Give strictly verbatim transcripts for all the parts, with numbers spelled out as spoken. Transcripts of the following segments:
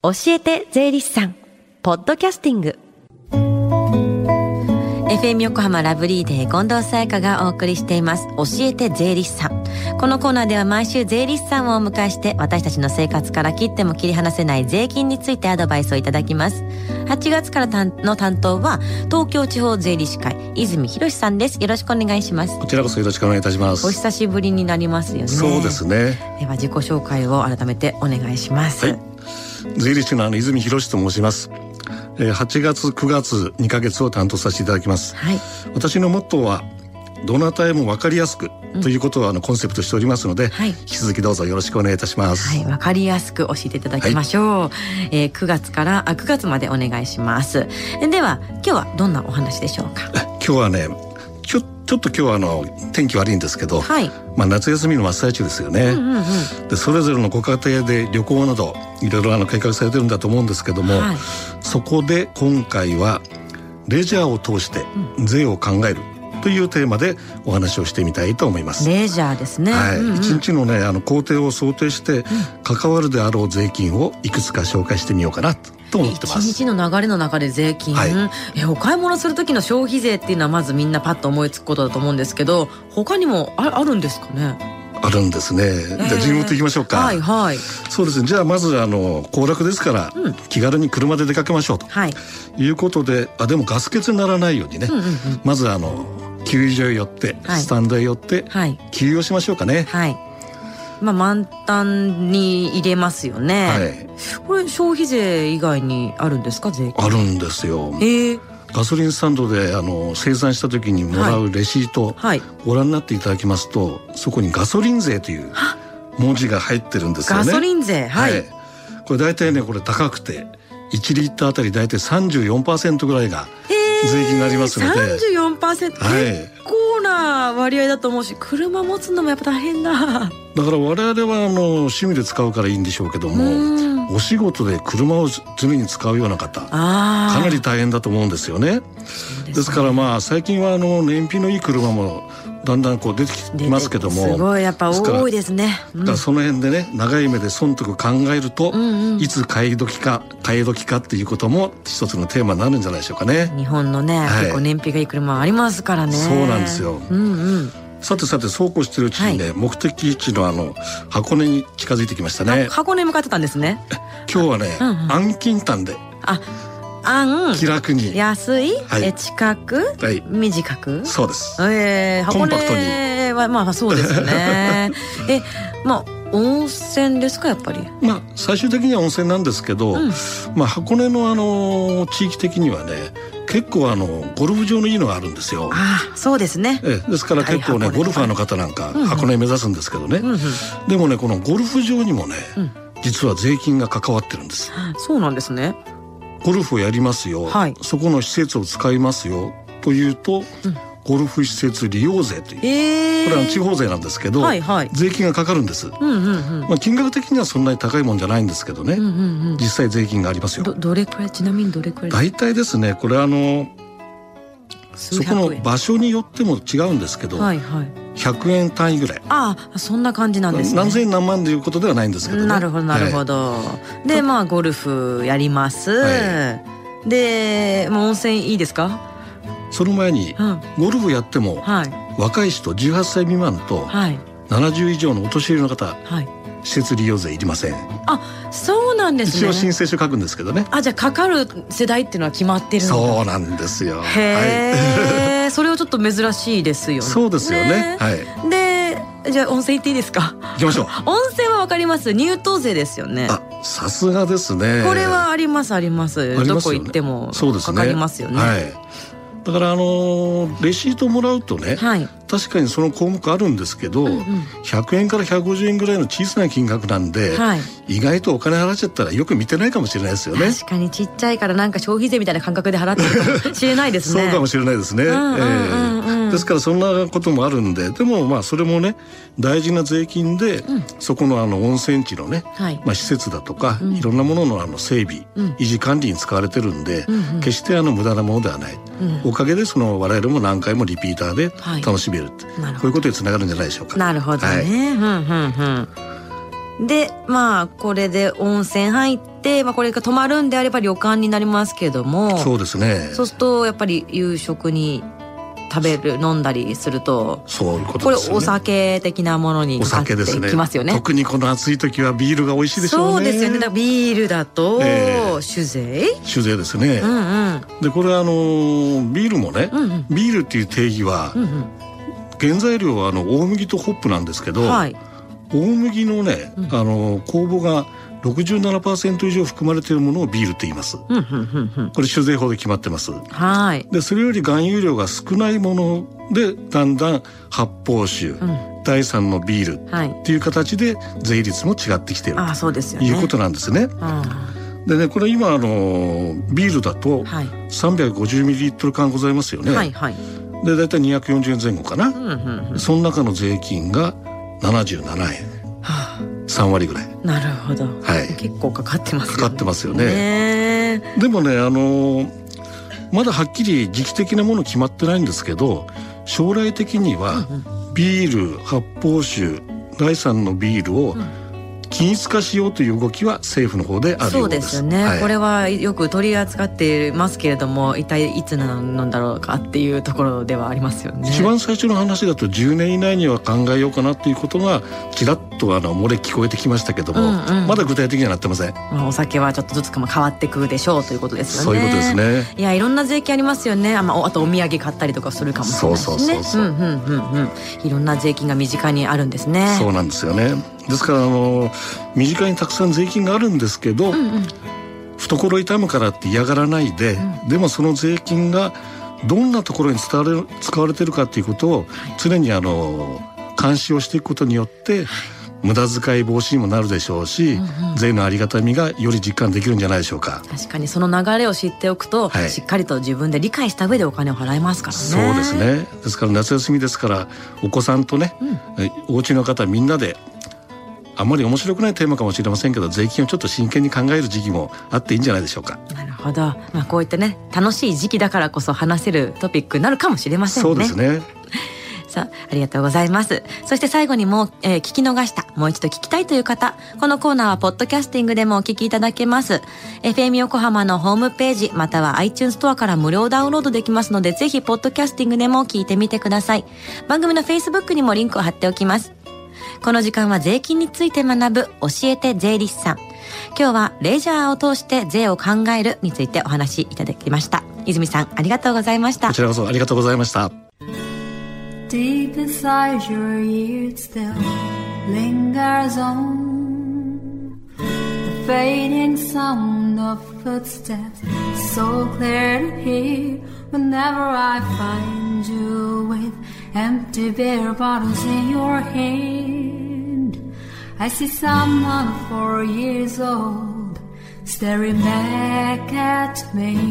教えて税理士さんポッドキャスティング エフエム 横浜ラブリーデー近藤沙耶香がお送りしています教えて税理士さん。このコーナーでは毎週税理士さんをお迎えして私たちの生活から切っても切り離せない税金についてアドバイスをいただきます。はちがつからの担当は東京地方税理士会泉博さんです。よろしくお願いします。 こちらこそよろしくお願いいたします。 お久しぶりになりますよね。 そうですね。 では自己紹介を改めてお願いします。 はい、税理士のあの泉博と申します。はちがつくがつにかげつを担当させていただきます。はい、私のモットーはどなたへも分かりやすくということをあのコンセプトしておりますので、はい、引き続きどうぞよろしくお願いいたします。 はい、分かりやすく教えていただきましょう。はい、えー、くがつからあくがつまでお願いします。では今日はどんなお話でしょうか。 今日はねちょちょっと今日はあの天気悪いんですけど、はい、まあ、夏休みの真っ最中ですよね。うんうんうん、でそれぞれのご家庭で旅行などいろいろあの計画されてるんだと思うんですけども、はい、そこで今回はレジャーを通して税を考えるというテーマでお話をしてみたいと思います。 レジャーですね。 はい、 うんうん、 一日のねあの工程を想定して関わるであろう税金をいくつか紹介してみようかなと思ってます。 一日の流れの中で税金、はい、えお買い物する時の消費税っていうのはまずみんなパッと思いつくことだと思うんですけど、他にも あ, あるんですかね。 あるんですね。じゃあ順を追っていきましょうか。 はいはい。 そうですね。じゃあまずあの行楽ですから、うん、気軽に車で出かけましょうと、はい、いうことで、あでもガス欠にならないようにね、うんうんうん、まずあの給油所へ寄って、はい、スタンドへ寄って、はい、給油をしましょうかね。はい。 まあ満タンに入れますよね。はい。これ消費税以外にあるんですか、税金。 あるんですよ。 えーガソリンスタンドであの生産した時にもらうレシート、はいはい、ご覧になっていただきますと、そこにガソリン税という文字が入ってるんですよね。 ガソリン税、はい、はい、これ大体ねこれ高くていちリッターあたり大体 さんじゅうよんパーセント ぐらいが税金になりますので、えー、 さんじゅうよんパーセント、はい、結構な割合だと思うし、車持つのもやっぱ大変だ。だから我々はあの趣味で使うからいいんでしょうけども、お仕事で車を常に使うような方かなり大変だと思うんですよね。ですね。ですからまあ最近はあの燃費のいい車もだんだんこう出てきますけども、 すごいやっぱ多いですね。 だからその辺でね長い目で損得考えると、うんうん、いつ買い時か買い時かっていうことも一つのテーマになるんじゃないでしょうかね。 日本のね、はい、結構燃費がいい車ありますからね。 そうなんですよ。うんうん。さてさてそうこうしてるうちにね、はい、目的地のあの箱根に近づいてきましたね。 箱根向かってたんですね。 今日はね、うんうん、安近短であ安気楽に安い、はい、え近く、はい、短く。 そうです、 えー、箱根はまあそうですね。えまあ温泉ですかやっぱり。 まあ最終的には温泉なんですけど、うん、まあ箱根のあの地域的にはね結構あのゴルフ場のいいのがあるんですよ。 ああそうですね。 えですから結構ね、はい、ゴルファーの方なんか箱根目指すんですけどね、うんうん、でもねこのゴルフ場にもね、うん、実は税金が関わってるんです。 そうなんですね。 ゴルフをやりますよ、はい、そこの施設を使いますよというと、うん、ゴルフ施設利用税という、えー、これは地方税なんですけど、はいはい、税金がかかるんです。うんうんうん、まあ、金額的にはそんなに高いもんじゃないんですけどね、うんうんうん、実際税金がありますよ。 ど, どれくらいちなみにどれくらい大体ですねこれあのそこの場所によっても違うんですけど、はいはい、ひゃくえん単位ぐらい。ああそんな感じなんですね。 何千円何万ということではないんですけどね。 なるほどなるほど、はい、でまあゴルフやります、はい、でもう温泉いいですか。 その前に、うん、ゴルフやっても、はい、若い人じゅうはっさい未満と、はい、ななじゅう以上のお年寄りの方、はい、施設利用税いりません。 あそうなんですね。 一応申請書書くんですけどね。 あじゃあかかる世代っていうのは決まってるんだ。 そうなんですよ。 へえ、はい、それはちょっと珍しいですよね。 そうですよね、ね、はい、 でじゃあ温泉行っていいですか。 行きましょう。 温泉はわかります。入湯税ですよね。 あさすがですね。 これはありますあります。ありますよね。どこ行ってもかかりますよね。はい、 だからあのー、レシートもらうとね、はい、確かにその項目あるんですけど、うんうん、ひゃくえんからひゃくごじゅうえんぐらいの小さな金額なんで、はい、意外とお金払っちゃったらよく見てないかもしれないですよね。 確かにちっちゃいからなんか消費税みたいな感覚で払ってるかもしれないですね。 そうかもしれないですね。ですからそんなこともあるんで、でもまあそれもね大事な税金で、うん、そこのあの温泉地のね、はい、まあ、施設だとか、うん、いろんなもののあの整備、うん、維持管理に使われてるんで、うんうん、決してあの無駄なものではない、うん、おかげでその我々も何回もリピーターで楽しめるって、はい、こういうことにつながるんじゃないでしょうか。 なるほどね、はい、うんうんうん。 でまあこれで温泉入って、まあ、これが泊まるんであれば旅館になりますけども、 そうですね。 そうするとやっぱり夕食に食べる飲んだりすると、 そういうことですよね。 これお酒的なものにかかってきますよね。 特にこの暑い時はビールが美味しいでしょうね。 そうですよね。だからビールだと、えー、酒税酒税ですね、うんうん、でこれあのビールもね、うんうん、ビールっていう定義は、うんうん、原材料はあの大麦とホップなんですけど、はい、大麦のね、うん、あの酵母が ろくじゅうななパーセント 以上含まれているものをビールって言います、うんうんうんうん、これ酒税法で決まってます。はい。でそれより含有量が少ないものでだんだん発泡酒、うん、第三のビールっていう形で税率も違ってきている、 あ、そうですよね、 いうことなんですね。でね、これ今あのビールだと さんびゃくごじゅうミリリットル 缶ございますよね、はいはい、でだいたいにひゃくよんじゅうえん前後かな、うんうんうん、その中の税金がななじゅうななえん、はあ、さんわりぐらい。 なるほど、はい、結構かかってますよね。 かかってますよね。でもね、あのまだはっきり時期的なもの決まってないんですけど、将来的にはビール、発泡酒、第三のビールを均一化しようという動きは政府の方であるようです。 そうですよね、はい、これはよく取り扱ってますけれども、一体いつなんだろうかっていうところではありますよね。 一番最初の話だとじゅうねん以内には考えようかなっていうことがちらっとあの漏れ聞こえてきましたけども、うんうん、まだ具体的にはなってません。 まあ、お酒はちょっとずつ変わってくるでしょうということですよね。 そういうことですね。 いや、いろんな税金ありますよね。あ、まあ、あとお土産買ったりとかするかもしれないしね。そうそうそうそう、うんうんうんうん、いろんな税金が身近にあるんですね。 そうなんですよね。ですからあの身近にたくさん税金があるんですけど、うんうん、懐痛むからって嫌がらないで、うん、でもその税金がどんなところに使われる、使われているかっていうことを常にあの監視をしていくことによって、はい、無駄遣い防止にもなるでしょうし、うんうん、税のありがたみがより実感できるんじゃないでしょうか。 確かにその流れを知っておくと、はい、しっかりと自分で理解した上でお金を払えますからね。 そうですね。ですから夏休みですからお子さんとね、うん、お家の方みんなで、あんまり面白くないテーマかもしれませんけど、税金をちょっと真剣に考える時期もあっていいんじゃないでしょうか。 なるほど、まあ、こういったね楽しい時期だからこそ話せるトピックになるかもしれませんね。 そうですね。 さあ、ありがとうございます。そして最後にもう、えー、聞き逃した、もう一度聞きたいという方、このコーナーはポッドキャスティングでもお聞きいただけます。 エフエム 横浜のホームページまたは iTunes ストアから無料ダウンロードできますので、ぜひポッドキャスティングでも聞いてみてください。番組の Facebook にもリンクを貼っておきます。この時間は税金について学ぶ教えて税理士さん。今日はレジャーを通して税を考えるについてお話しいただきました。泉さん、ありがとうございました。 こちらこそありがとうございました。 Deep inside your ears still lingers on the fading sound of footsteps, so clear to hear whenever I find you with empty beer bottles in your hand. I see someone four years old staring back at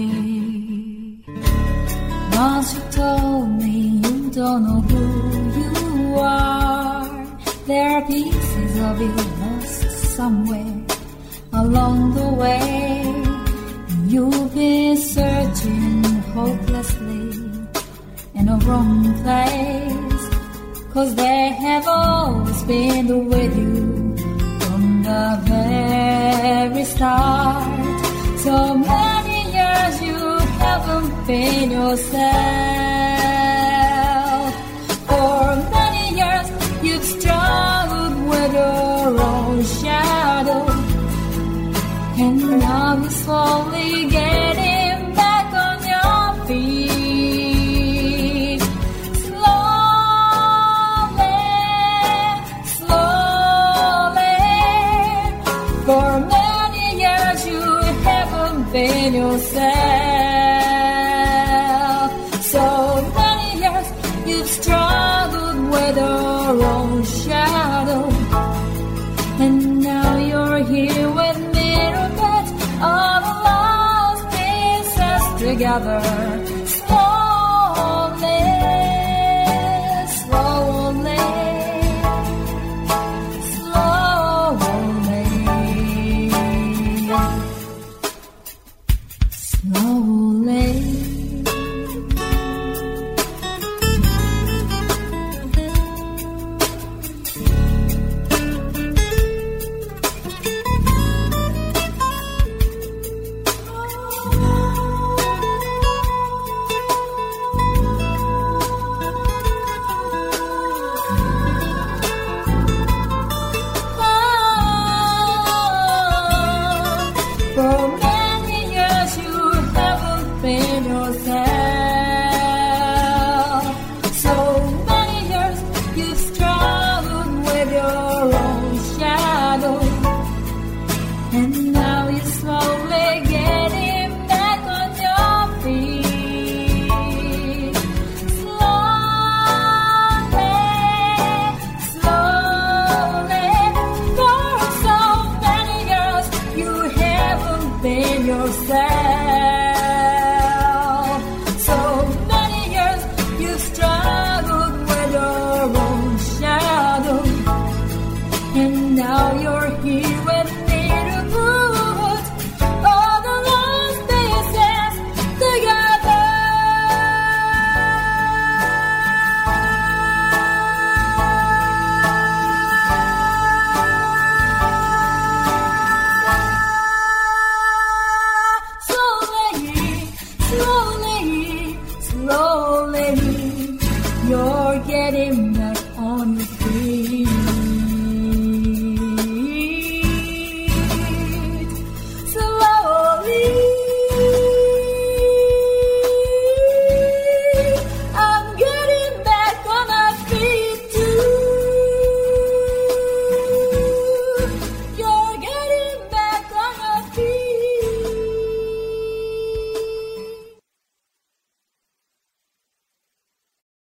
me. Once you told me you don't know who you are. There are pieces of you lost somewhere along the way. You've been searching hopelessly in a wrong place, 'cause they have always been with you from the very start. So many years you haven't been yourself. For many years you've struggled with your own shadow, and now you're slowly getting back on your feet. Slowly, slowly. For many years you haven't been yourself. So many years you've struggled with your own shadow, and now you're here with me, all the lost pieces together. Slowly, slowly, slowly, slowly. For many years you haven't been yourself. So many years you've struggled with your own shadow. And now you're slowly getting back on your feet. Slowly, slowly. For so many years you haven't been yourself.